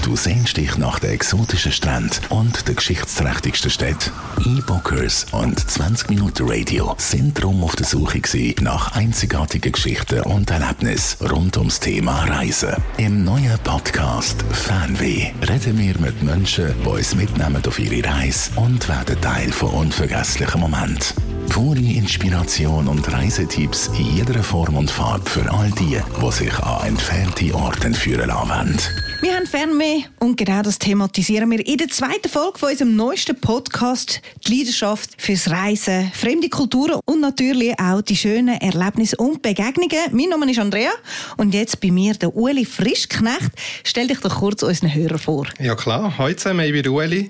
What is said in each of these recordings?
Du sehnst dich nach den exotischen Stränden und den geschichtsträchtigsten Städten. E-Bookers und 20-Minuten-Radio sind darum auf der Suche nach einzigartigen Geschichten und Erlebnissen rund ums Thema Reisen. Im neuen Podcast «Fernweh» reden wir mit Menschen, die uns mitnehmen auf ihre Reise und werden Teil von unvergesslichen Momenten. Pure Inspiration und Reisetipps in jeder Form und Farbe für all die sich an entfernte Orte führen lassen wollen. Wir haben Fernweh und genau das thematisieren wir in der zweiten Folge von unserem neuesten Podcast «Die Leidenschaft fürs Reisen, fremde Kulturen und natürlich auch die schönen Erlebnisse und Begegnungen». Mein Name ist Andrea und jetzt bei mir der Ueli Frischknecht. Stell dich doch kurz unseren Hörern vor. Ja klar, heute zusammen, ich bin der Ueli,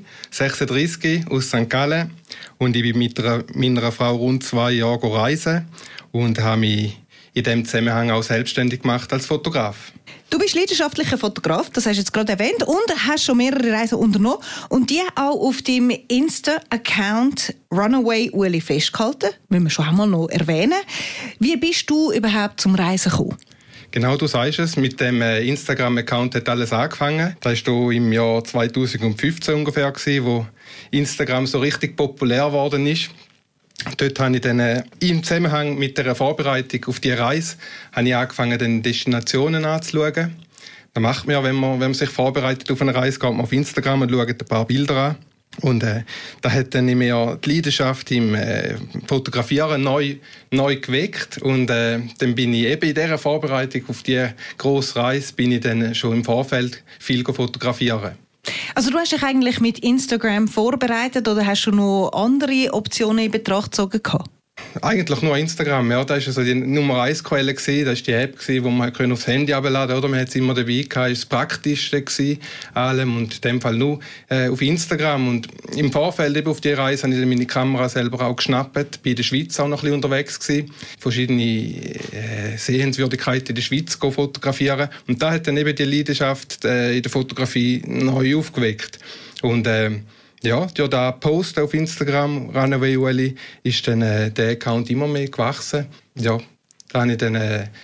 36, aus St. Gallen und ich bin mit meiner Frau rund 2 Jahre reisen und habe mich in diesem Zusammenhang auch selbstständig gemacht als Fotograf. Du bist leidenschaftlicher Fotograf, das hast du jetzt gerade erwähnt, und hast schon mehrere Reisen unternommen und die auch auf deinem Insta-Account Runaway Ueli festgehalten. Müssen wir schon einmal noch erwähnen. Wie bist du überhaupt zum Reisen gekommen? Genau, du sagst es, mit dem Instagram-Account hat alles angefangen. Das war im Jahr 2015 ungefähr, wo Instagram so richtig populär geworden ist. Dort habe ich dann im Zusammenhang mit der Vorbereitung auf die Reise habe ich angefangen, dann Destinationen anzuschauen. Das macht man ja, wenn man sich vorbereitet auf eine Reise, geht man auf Instagram und schaut ein paar Bilder an. Und da hat dann in mir die Leidenschaft im Fotografieren neu geweckt. Und dann bin ich eben in dieser Vorbereitung auf die grosse Reise bin ich dann schon im Vorfeld viel fotografieren. Also du hast dich eigentlich mit Instagram vorbereitet oder hast du noch andere Optionen in Betracht gezogen? Eigentlich nur Instagram, ja. Das war so die Nummer 1 Quelle, das war die App, die man aufs Handy herunterladen konnte. Man hat es immer dabei gehabt, das war das Praktischste allem und in dem Fall nur auf Instagram. Und im Vorfeld eben auf die Reise habe ich dann meine Kamera selber auch geschnappt, bin in der Schweiz auch noch ein bisschen unterwegs gewesen, verschiedene Sehenswürdigkeiten in der Schweiz fotografieren. Und da hat dann eben die Leidenschaft in der Fotografie neu aufgeweckt. Und ja, durch den Post auf Instagram, Runaway Ueli, ist dann der Account immer mehr gewachsen. Ja, da habe ich dann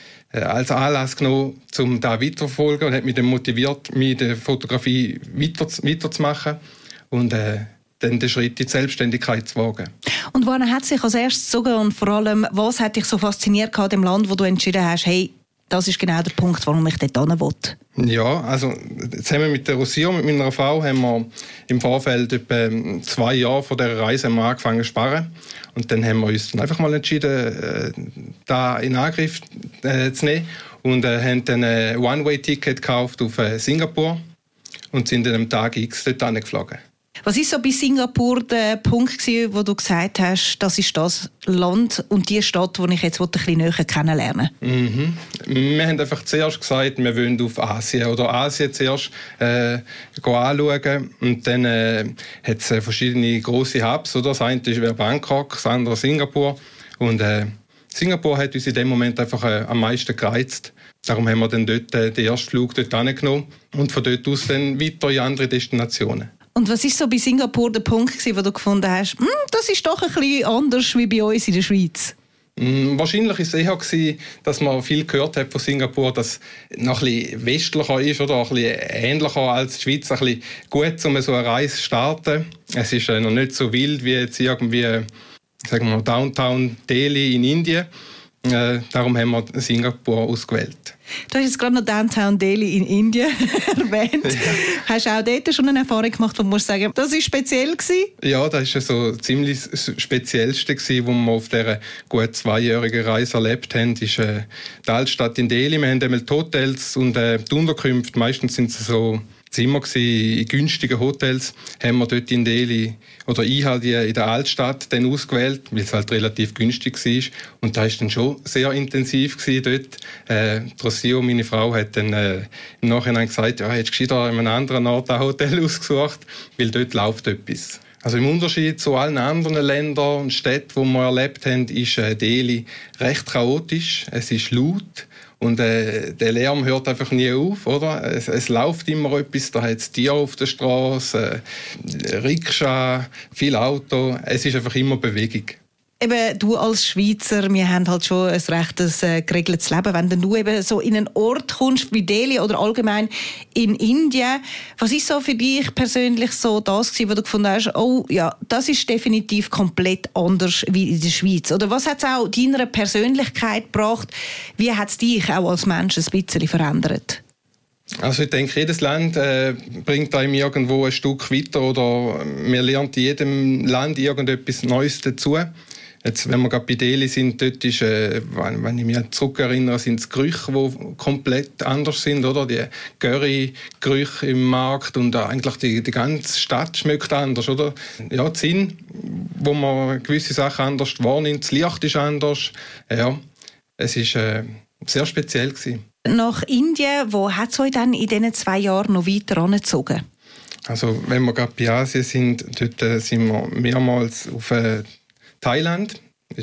als Anlass genommen, um da weiterzuverfolgen und hat mich dann motiviert, mich in der Fotografie weiterzumachen und dann den Schritt in die Selbstständigkeit zu wagen. Und wann hat sich als erstes gezogen und vor allem, was hat dich so fasziniert an dem Land, wo du entschieden hast, hey, das ist genau der Punkt, warum ich dort hin will? Ja, also zusammen mit der Rosia, mit meiner Frau, haben wir im Vorfeld etwa 2 Jahre vor dieser Reise angefangen zu sparen. Und dann haben wir uns dann einfach mal entschieden, da in Angriff zu nehmen. Und haben dann ein One-Way-Ticket gekauft auf Singapur und sind dann am Tag X dort hingeflogen. Was war so bei Singapur der Punkt, wo du gesagt hast, das ist das Land und die Stadt, die ich jetzt ein bisschen näher kennenlernen will? Wir haben einfach zuerst gesagt, wir wollen auf Asien oder Asien zuerst anschauen. Und dann hat es verschiedene grosse Hubs. Oder? Das eine wäre Bangkok, das andere Singapur. Und Singapur hat uns in dem Moment einfach am meisten gereizt. Darum haben wir dann dort den ersten Flug dort angenommen und von dort aus dann weiter in andere Destinationen. Und was war so bei Singapur der Punkt, wo du gefunden hast, das ist doch ein bisschen anders wie bei uns in der Schweiz? Wahrscheinlich war es eher, dass man viel gehört hat von Singapur, dass es noch ein bisschen westlicher ist oder ein bisschen ähnlicher als die Schweiz, ein bisschen gut, um so eine Reise zu starten. Es ist noch nicht so wild wie jetzt irgendwie, sagen wir, Downtown Delhi in Indien. Darum haben wir Singapur ausgewählt. Du hast jetzt gerade noch Downtown Delhi in Indien erwähnt. Ja. Hast du auch dort schon eine Erfahrung gemacht, wo du musst sagen, das war speziell gewesen? Ja, das war so ziemlich das Speziellste, was wir auf dieser gut 2-jährigen Reise erlebt haben. Das ist die Altstadt in Delhi. Wir haben die Hotels und die Unterkünfte. Meistens sind es so Zimmer in günstigen Hotels, haben wir dort in Delhi, oder ich halt in der Altstadt dann ausgewählt, weil es halt relativ günstig war. Und das war dann schon sehr intensiv dort. Rocio, meine Frau, hat dann im Nachhinein gesagt, ja, hättest du gescheiter an einem anderen Ort ein Hotel ausgesucht, weil dort läuft etwas. Also im Unterschied zu allen anderen Ländern und Städten, die wir erlebt haben, ist Delhi recht chaotisch. Es ist laut. Und der Lärm hört einfach nie auf, oder? Es läuft immer etwas, da hat es Tiere auf der Straße, Rikscha, viel Auto. Es ist einfach immer Bewegung. Eben, du als Schweizer, wir haben halt schon ein rechtes geregeltes Leben. Wenn du eben so in einen Ort kommst, wie Delhi oder allgemein in Indien, was ist so für dich persönlich so das gewesen, wo du gefunden hast, oh ja, das ist definitiv komplett anders wie in der Schweiz? Oder was hat es auch deiner Persönlichkeit gebracht? Wie hat es dich auch als Mensch ein bisschen verändert? Also ich denke, jedes Land bringt einem irgendwo ein Stück weiter oder man lernt in jedem Land irgendetwas Neues dazu. Jetzt, wenn wir gerade bei Delhi sind, dort ist, wenn ich mich zurückerinnere, sind es Gerüche, die komplett anders sind, oder? Die Curry-Gerüche im Markt und eigentlich die ganze Stadt schmeckt anders, oder? Ja, die Sinn, wo man gewisse Sachen anders wahrnimmt, das Licht ist anders. Ja, es war sehr speziell gewesen. Nach Indien, wo hat es euch dann in diesen 2 Jahren noch weiter angezogen? Also, wenn wir gerade bei Asien sind, dort sind wir mehrmals auf Thailand.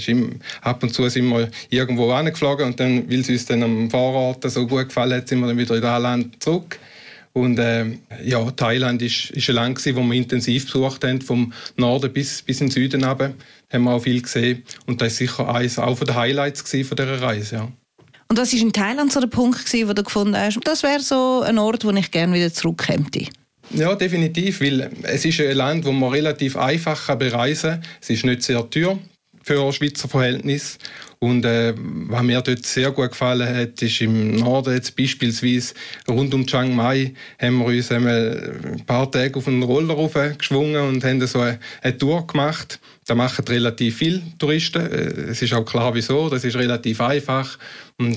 Ab und zu sind wir irgendwo hingeflogen und dann, weil es uns dann am Fahrrad so gut gefallen hat, sind wir dann wieder in das Land zurück. Und ja, Thailand ist ein Land, das wir intensiv besucht haben, vom Norden bis in den Süden runter. Da haben wir auch viel gesehen. Und das war sicher eines auch von den Highlights von dieser Reise. Ja. Und was war in Thailand so der Punkt, wo du gefunden hast, das wäre so ein Ort, wo ich gerne wieder zurückkäme? Ja, definitiv, weil es ist ein Land, das man relativ einfach bereisen kann. Es ist nicht sehr teuer für Schweizer Verhältnisse. Und was mir dort sehr gut gefallen hat, ist im Norden jetzt beispielsweise rund um Chiang Mai haben wir uns ein paar Tage auf einen Roller geschwungen und haben so eine Tour gemacht. Da machen relativ viele Touristen. Es ist auch klar, wieso. Das ist relativ einfach. Und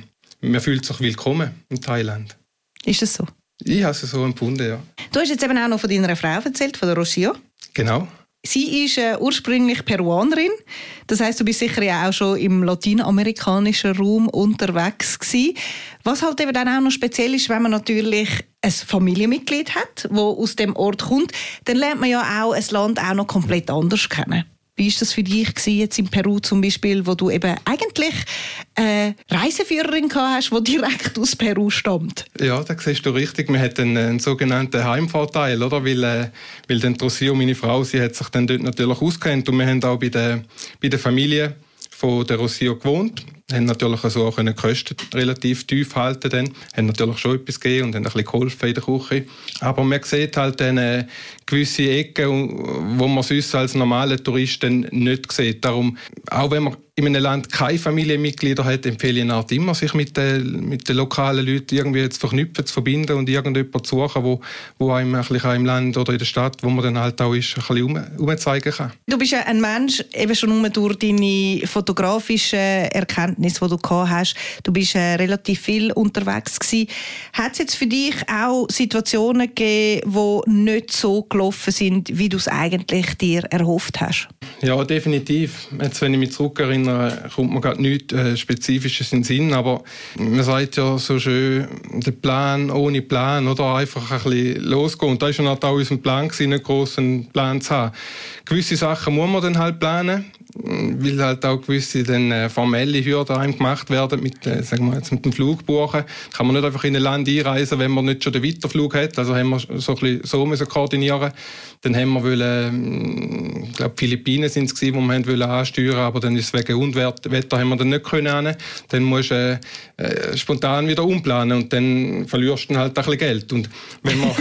man fühlt sich willkommen in Thailand. Ist das so? Ich habe es so empfunden, ja. Du hast jetzt eben auch noch von deiner Frau erzählt, von der Rocio. Genau. Sie ist ursprünglich Peruanerin. Das heisst, du bist sicher ja auch schon im lateinamerikanischen Raum unterwegs gewesen. Was halt eben dann auch noch speziell ist, wenn man natürlich ein Familienmitglied hat, das aus dem Ort kommt, dann lernt man ja auch ein Land auch noch komplett anders kennen. Wie war das für dich jetzt in Peru zum Beispiel, wo du eben eigentlich eine Reiseführerin gehabt hast, die direkt aus Peru stammt? Ja, da siehst du richtig. Man hat einen sogenannten Heimvorteil, oder? Weil dann Rocio, meine Frau, sie hat sich dann dort natürlich auskennt und wir haben auch bei der Familie von der Rocio gewohnt. Haben natürlich so auch die Kosten relativ tief halten dann. Haben natürlich schon etwas gegeben und haben ein bisschen geholfen in der Küche. Aber man sieht halt dann gewisse Ecken, wo man sonst als normaler Tourist nicht sieht. Darum, auch wenn man in einem Land keine Familienmitglieder hat, empfehle ich Art immer, sich mit den lokalen Leuten irgendwie zu verknüpfen, zu verbinden und irgendjemanden zu suchen, wo einem ein bisschen im Land oder in der Stadt, wo man dann halt auch ist, ein bisschen umzeigen kann. Du bist ja ein Mensch, eben schon nur durch deine fotografischen Erkenntnisse, die du gehabt hast. Du bist relativ viel unterwegs gewesen. Hat es jetzt für dich auch Situationen gegeben, die nicht so gelaufen sind, wie du es eigentlich dir erhofft hast? Ja, definitiv. Jetzt, wenn ich mich zurückerinnere, kommt mir gerade nichts Spezifisches in den Sinn, aber man sagt ja so schön, der Plan ohne Plan, oder einfach ein bisschen losgehen. Und da war auch unser Plan, einen grossen Plan zu haben. Gewisse Sachen muss man dann halt planen, weil halt auch gewisse dann formelle Hürden einem gemacht werden mit, sagen wir jetzt mit dem Flugbuchen. Kann man nicht einfach in ein Land einreisen, wenn man nicht schon den Weiterflug hat. Also haben wir so ein bisschen so müssen koordinieren. Dann haben wir wollen, ich glaube Philippinen sind es, wo wir wollen ansteuern, aber dann ist es wegen Unwetter haben wir dann nicht können. Dann musst du spontan wieder umplanen und dann verlierst du halt ein bisschen Geld. Und wenn man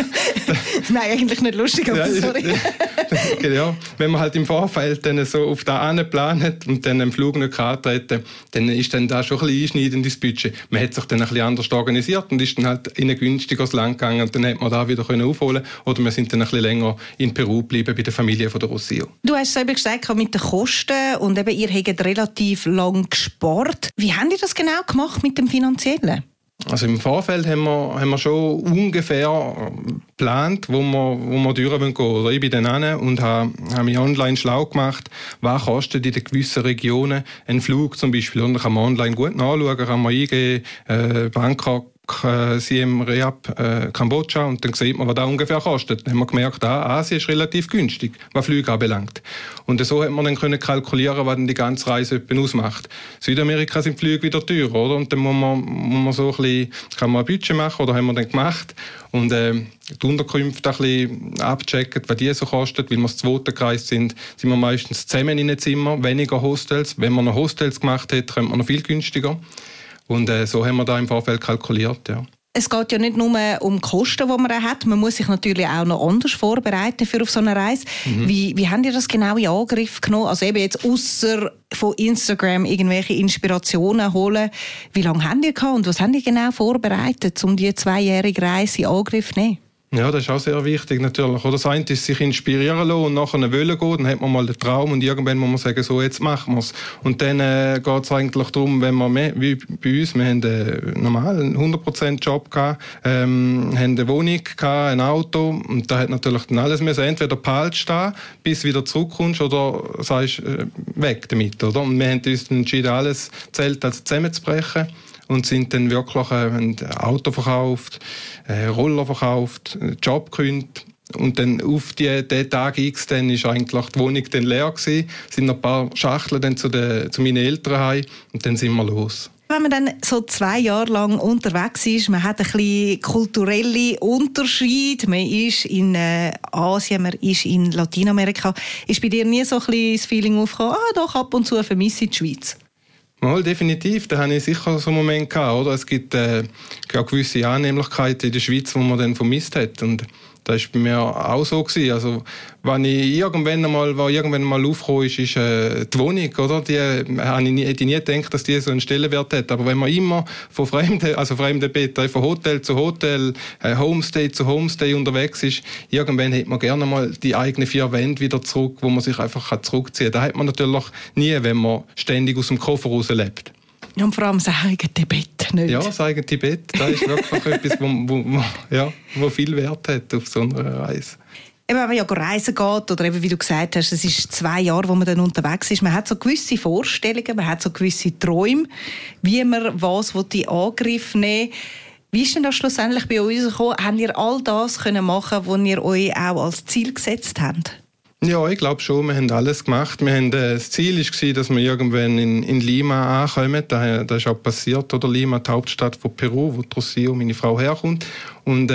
Nein, eigentlich nicht lustig, aber sorry. Ja, wenn man halt im Vorfeld dann so auf das anplant und dann einen Flug nicht antreten, dann ist dann da schon ein bisschen einschneidend ins Budget. Man hat sich dann ein bisschen anders organisiert und ist dann halt in ein günstigeres Land gegangen und dann hat man da wieder aufholen können. Oder wir sind dann ein bisschen länger in Peru geblieben bei der Familie von der Rocio. Du hast es eben gesagt, mit den Kosten und eben, ihr habt relativ lang gespart. Wie habt ihr das genau gemacht mit dem Finanziellen? Also im Vorfeld haben wir schon ungefähr geplant, wo wir durch gehen wollen. Ich bin dann hin und habe mich online schlau gemacht, was kostet in den gewissen Regionen ein Flug zum Beispiel. Und dann kann man online gut nachschauen, kann man eingeben, Bangkok Bangkok, Siem Reap, Kambodscha und dann sieht man, was das ungefähr kostet. Dann haben wir gemerkt, Asien ist relativ günstig, was Flüge anbelangt. Und so hat man dann können kalkulieren, was dann die ganze Reise ausmacht. Südamerika sind Flüge wieder teurer, oder? Und dann muss man so ein bisschen, kann man ein Budget machen, oder haben wir dann gemacht. Und die Unterkünfte ein bisschen abchecken, was die so kosten, weil wir zu zweit gereist sind wir meistens zusammen in einem Zimmer, weniger Hostels. Wenn man noch Hostels gemacht hätte, könnte man noch viel günstiger. Und so haben wir da im Vorfeld kalkuliert, ja. Es geht ja nicht nur um die Kosten, die man hat. Man muss sich natürlich auch noch anders vorbereiten für auf so eine Reise. Wie habt ihr das genau in Angriff genommen? Also eben jetzt ausser von Instagram irgendwelche Inspirationen holen. Wie lange habt ihr gehabt und was habt ihr genau vorbereitet, um diese 2-jährige Reise in Angriff zu nehmen? Ja, das ist auch sehr wichtig natürlich. Oder das eine ist, sich inspirieren lassen und nachher wollen gehen, dann hat man mal den Traum und irgendwann muss man sagen, so, jetzt machen wir es. Und dann geht es eigentlich darum, wenn man wie bei uns, wir haben normal einen 100% Job gehabt, haben eine Wohnung gehabt, ein Auto und da hat natürlich dann alles müssen entweder behalten stehen, bis du wieder zurückkommst oder sagst, weg damit, oder? Und wir haben uns dann entschieden, alles Zelt also zusammenzubrechen. Und sind dann wirklich ein Auto verkauft, Roller verkauft, Job gekündigt. Und dann auf diesen Tag X dann ist eigentlich die Wohnung dann leer gewesen. Sind noch ein paar Schachteln dann zu meinen Eltern heim und dann sind wir los. Wenn man dann so 2 Jahre lang unterwegs ist, man hat ein bisschen kulturelle Unterschiede, man ist in Asien, man ist in Lateinamerika, ist bei dir nie so ein bisschen das Feeling aufgekommen, doch ab und zu vermisse ich die Schweiz? Mal, definitiv. Da hatte ich sicher so einen Moment gehabt, oder? Es gibt auch gewisse Annehmlichkeiten in der Schweiz, die man dann vermisst hat. Und das war bei mir auch so gewesen. Also, wenn ich irgendwann mal aufgekommen ist die Wohnung, oder? Die hätte ich nie gedacht, dass die so einen Stellenwert hat. Aber wenn man immer von fremden Betten, von Hotel zu Hotel, Homestay zu Homestay unterwegs ist, irgendwann hat man gerne mal die eigenen 4 Wände wieder zurück, wo man sich einfach zurückziehen kann. Das hat man natürlich nie, wenn man ständig aus dem Koffer raus lebt. Und vor allem das eigene Bett nicht. Ja, das eigene Bett, das ist wirklich etwas, wo viel Wert hat auf so einer Reise. Eben, wenn man ja reisen geht, oder eben, wie du gesagt hast, es ist 2 Jahre, wo man dann unterwegs ist, man hat so gewisse Vorstellungen, man hat so gewisse Träume, wie man was in Angriff nehmen will. Wie ist denn das schlussendlich bei uns gekommen? Habt ihr all das können machen, was ihr euch auch als Ziel gesetzt habt? Ja, ich glaube schon, wir haben alles gemacht. Das Ziel war, dass wir irgendwann in Lima ankommen. Das ist auch passiert, oder? Lima, die Hauptstadt von Peru, wo Rocio, meine Frau, herkommt. Und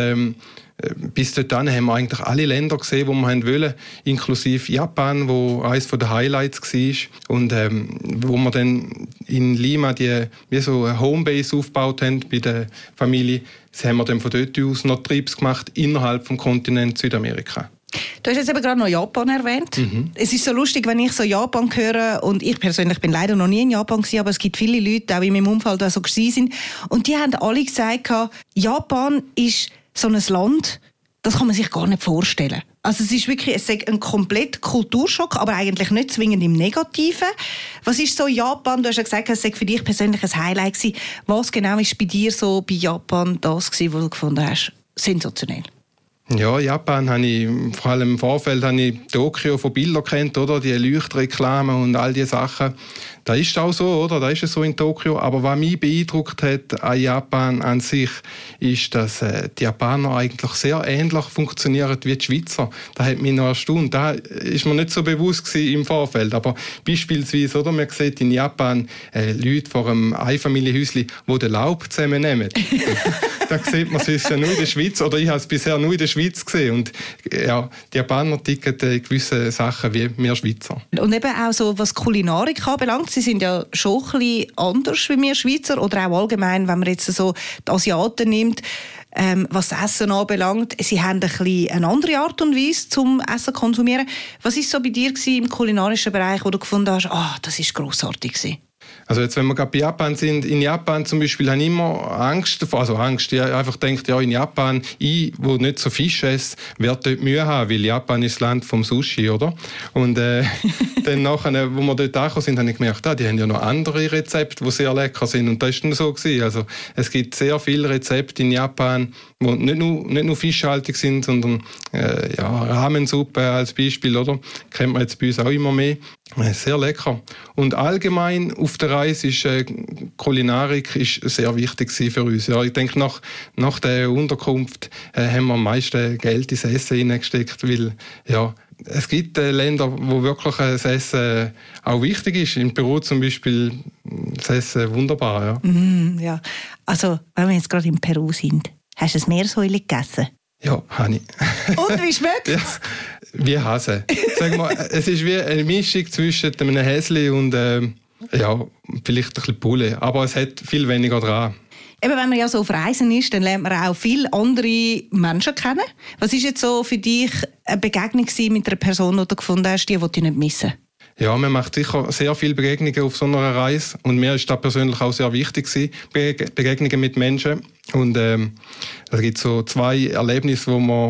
bis dahin haben wir eigentlich alle Länder gesehen, die wir wollen, inklusive Japan, wo eines der Highlights war. Und wo wir dann in Lima wie so eine Homebase aufgebaut haben bei der Familie, haben wir dann von dort aus noch Trips gemacht innerhalb des Kontinents Südamerika. Du hast jetzt eben gerade noch Japan erwähnt. Es ist so lustig, wenn ich so Japan höre, und ich persönlich bin leider noch nie in Japan gewesen, aber es gibt viele Leute, auch in meinem Umfeld, die so gewesen sind, und die haben alle gesagt, Japan ist so ein Land, das kann man sich gar nicht vorstellen. Also es ist wirklich ein kompletter Kulturschock, aber eigentlich nicht zwingend im Negativen. Was ist so Japan? Du hast ja gesagt, es sei für dich persönlich ein Highlight gewesen. Was genau ist bei dir so bei Japan das gewesen, was du gefunden hast? Sensationell. Ja, Japan habe ich, vor allem im Vorfeld, habe ich Tokio von Bildern kennt, oder? Die Leuchtreklamen und all diese Sachen. Das ist auch so, oder? Das ist es so in Tokio. Aber was mich beeindruckt hat an Japan an sich, ist, dass die Japaner eigentlich sehr ähnlich funktionieren wie die Schweizer. Das hat mich noch erstaunt. Das ist mir nicht so bewusst gewesen im Vorfeld. Aber beispielsweise, oder? Man sieht in Japan Leute vor einem Einfamilienhäuschen, die den Laub zusammennehmen. Da sieht man es ja nur in der Schweiz, oder ich habe es bisher nur in der Schweiz gesehen. Und ja, die Japaner ticken gewisse Sachen wie wir Schweizer. Und eben auch so, was Kulinarik anbelangt, sie sind ja schon ein bisschen anders wie wir Schweizer, oder auch allgemein, wenn man jetzt so die Asiaten nimmt, was das Essen anbelangt. Sie haben ein bisschen eine andere Art und Weise zum Essen konsumieren. Was war so bei dir im kulinarischen Bereich, wo du gefunden hast, das war grossartig gewesen? Also jetzt, wenn wir gerade bei Japan sind, in Japan zum Beispiel habe ich immer Angst davor, ich einfach denke, ja, in Japan, wo nicht so Fisch esse, werde dort Mühe haben, weil Japan ist das Land vom Sushi, oder? Und dann nachher, wo wir dort angekommen sind, habe ich gemerkt, die haben ja noch andere Rezepte, die sehr lecker sind, und das war dann so gewesen. Also es gibt sehr viele Rezepte in Japan, die nicht nur fischhaltig sind, sondern Ramensuppe als Beispiel, oder? Kennt man jetzt bei uns auch immer mehr. Sehr lecker. Und allgemein auf der Reise ist Kulinarik ist sehr wichtig für uns. Ja, ich denke, nach der Unterkunft haben wir am meisten Geld ins Essen hineingesteckt, weil ja, es gibt Länder, wo wirklich das Essen auch wichtig ist. In Peru zum Beispiel das Essen wunderbar. Ja. Ja. Also, wenn wir jetzt gerade in Peru sind, hast du ein Meersäule gegessen? Ja, habe ich. Und wie schmeckt es? Ja, wie Hase. Sag mal, es ist wie eine Mischung zwischen einem Häsli und ja, vielleicht ein bisschen Poulet. Aber es hat viel weniger dran. Eben, wenn man ja so auf Reisen ist, dann lernt man auch viele andere Menschen kennen. Was war jetzt so für dich eine Begegnung mit einer Person, die du gefunden hast, die du nicht missen? Ja, man macht sicher sehr viele Begegnungen auf so einer Reise. Und mir ist das persönlich auch sehr wichtig gewesen, Begegnungen mit Menschen. Und es gibt so 2 Erlebnisse,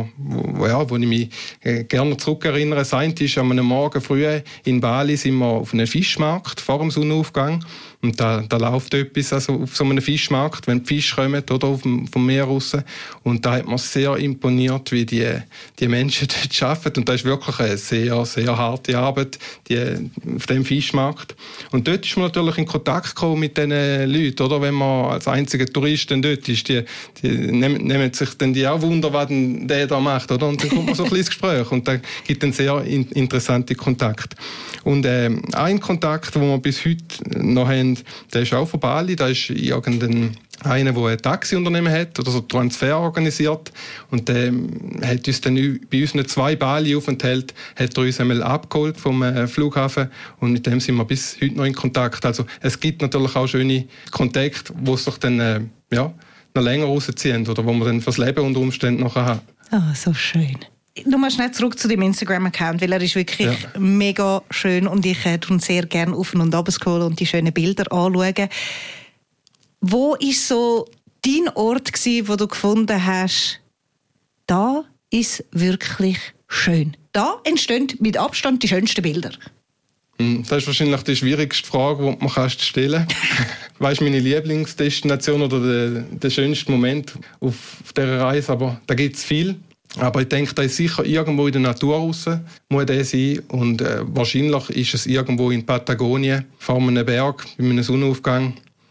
wo ich mich gerne zurückerinnere. Das eine ist, an einem Morgen früh in Bali sind wir auf einem Fischmarkt vor dem Sonnenaufgang. Und da läuft etwas also auf so einem Fischmarkt, wenn die Fische kommen oder vom Meer raus. Und da hat man sehr imponiert, wie die Menschen dort arbeiten. Und das ist wirklich eine sehr, sehr harte Arbeit auf dem Fischmarkt. Und dort ist man natürlich in Kontakt gekommen mit diesen Leuten, oder? Wenn man als einziger Tourist dann dort ist, die nehmen sich dann die auch Wunder, was denn der da macht, oder? Und dann kommt man so ein kleines Gespräch und dann gibt es einen sehr interessanten Kontakt. Und ein Kontakt, den wir bis heute noch haben, der ist auch von Bali. Da ist einer, der ein Taxiunternehmen hat oder so Transfer organisiert. Und der hat uns dann bei unseren 2 Bali-Aufenthalten hat er uns einmal abgeholt vom Flughafen. Und mit dem sind wir bis heute noch in Kontakt. Also es gibt natürlich auch schöne Kontakte, die sich dann noch länger rausziehen oder wo man dann fürs Leben unter Umständen noch haben. Ah, so schön. Nochmal schnell zurück zu deinem Instagram-Account, weil er ist wirklich mega schön und ich tue sehr gerne auf und ab scrollen und die schönen Bilder anschauen. Wo war so dein Ort gewesen, wo du gefunden hast, da ist wirklich schön? Da entstehen mit Abstand die schönsten Bilder. Das ist wahrscheinlich die schwierigste Frage, die man stellen kann. Weißt du, meine Lieblingsdestination oder der schönste Moment auf dieser Reise? Aber da gibt es viel. Aber ich denke, da ist sicher irgendwo in der Natur raus, muss der sein. Und wahrscheinlich ist es irgendwo in Patagonien, vor einem Berg, bei einem Sonnenaufgang.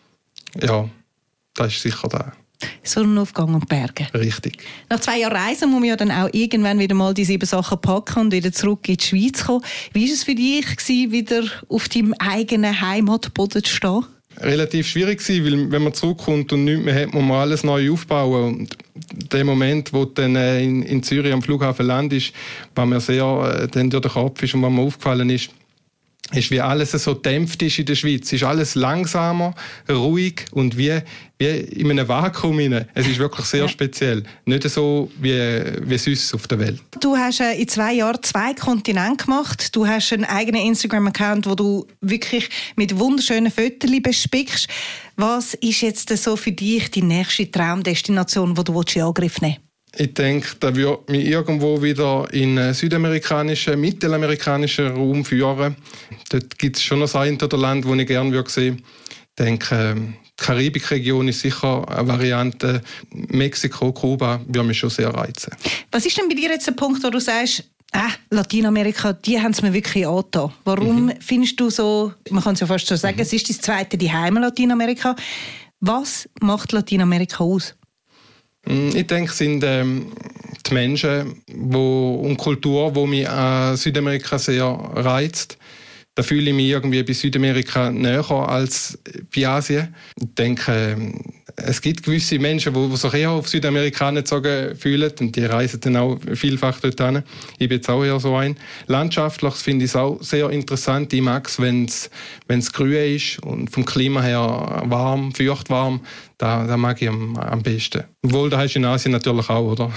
Ja, das ist sicher da. Sonnenaufgang und Berge. Richtig. Nach 2 Jahren Reisen muss man ja dann auch irgendwann wieder mal die 7 Sachen packen und wieder zurück in die Schweiz kommen. Wie war es für dich, wieder auf deinem eigenen Heimatboden zu stehen? Relativ schwierig gewesen, weil wenn man zurückkommt und nichts mehr hat, muss man alles neu aufbauen. Und der Moment, wo du dann in Zürich am Flughafen landest, was mir sehr dann durch den Kopf ist und was mir aufgefallen ist, wie alles so dämpft ist in der Schweiz. Es ist alles langsamer, ruhig und wie in einem Vakuum hinein. Es ist wirklich sehr speziell. Nicht so wie sonst auf der Welt. Du hast in 2 Jahren 2 Kontinente gemacht. Du hast einen eigenen Instagram-Account, wo du wirklich mit wunderschönen Fotos bespickst. Was ist jetzt so für dich die nächste Traumdestination, die du in Angriff nehmen willst? Ich denke, da würde mich irgendwo wieder in den südamerikanischen, mittelamerikanischen Raum führen. Dort gibt es schon noch ein oder Land, das ich gerne sehen würde. Ich denke, die Karibikregion ist sicher eine Variante. Mexiko, Kuba würde mich schon sehr reizen. Was ist denn bei dir jetzt der Punkt, wo du sagst, Lateinamerika, die haben es mir wirklich angetan? Warum findest du so, man kann es ja fast so sagen, es ist das zweite Zuhause Lateinamerika. Was macht Lateinamerika aus? Ich denke, es sind die Menschen und Kultur, die mich an Südamerika sehr reizt. Da fühle ich mich irgendwie bei Südamerika näher als bei Asien. Ich denke, es gibt gewisse Menschen, die sich eher auf Südamerika angezogen fühlen und die reisen dann auch vielfach dorthin. Ich bin jetzt auch eher so ein. Landschaftlich finde ich es auch sehr interessant. Ich mag es, wenn es grün ist und vom Klima her warm, feuchtwarm. Da mag ich am besten. Obwohl, da hast du in Asien natürlich auch, oder?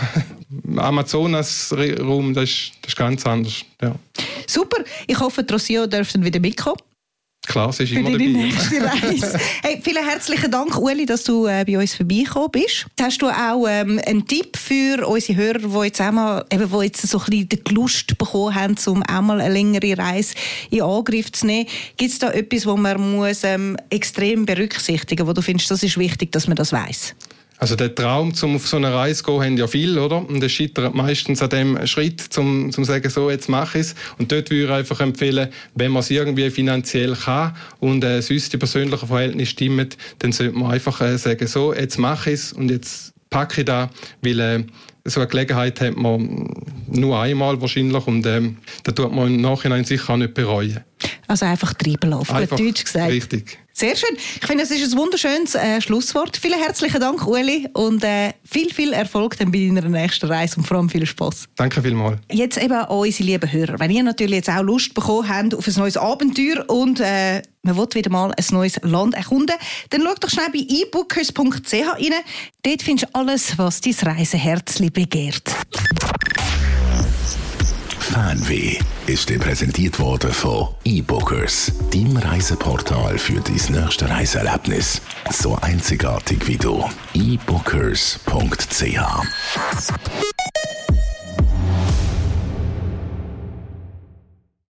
Amazonas-Raum, das ist ganz anders. Ja. Super, ich hoffe, die Rocio dürfen wieder mitkommen. Klar, sie ist immer dabei. Nächste Reise. Hey, vielen herzlichen Dank, Ueli, dass du bei uns vorbeigekommen bist. Hast du auch einen Tipp für unsere Hörer, die jetzt so ein bisschen die Lust bekommen haben, um auch mal eine längere Reise in Angriff zu nehmen? Gibt es da etwas, was man muss, extrem berücksichtigen muss, wo du findest, das ist wichtig, dass man das weiss? Also der Traum, um auf so eine Reise zu gehen, haben ja viele, oder? Und es scheitert meistens an dem Schritt, zum sagen, so, jetzt mache ich es. Und dort würde ich einfach empfehlen, wenn man es irgendwie finanziell kann und sonst die persönlichen Verhältnisse stimmen, dann sollte man einfach sagen, so, jetzt mache ich es und jetzt packe ich das, weil so eine Gelegenheit hat man nur einmal wahrscheinlich und da tut man im Nachhinein sicher auch nicht bereuen. Also einfach treiben lassen, auf Deutsch gesagt. Richtig. Sehr schön. Ich finde, es ist ein wunderschönes Schlusswort. Vielen herzlichen Dank, Ueli, und viel Erfolg dann bei deiner nächsten Reise und vor allem viel Spass. Danke vielmals. Jetzt eben an unsere lieben Hörer. Wenn ihr natürlich jetzt auch Lust bekommen habt auf ein neues Abenteuer und man will wieder mal ein neues Land erkunden, dann schaut doch schnell bei ebookers.ch rein. Dort findest du alles, was dein Reiseherzli begehrt. Fernweh ist dir präsentiert worden von eBookers, deinem Reiseportal für dein nächste Reiseerlebnis. So einzigartig wie du. eBookers.ch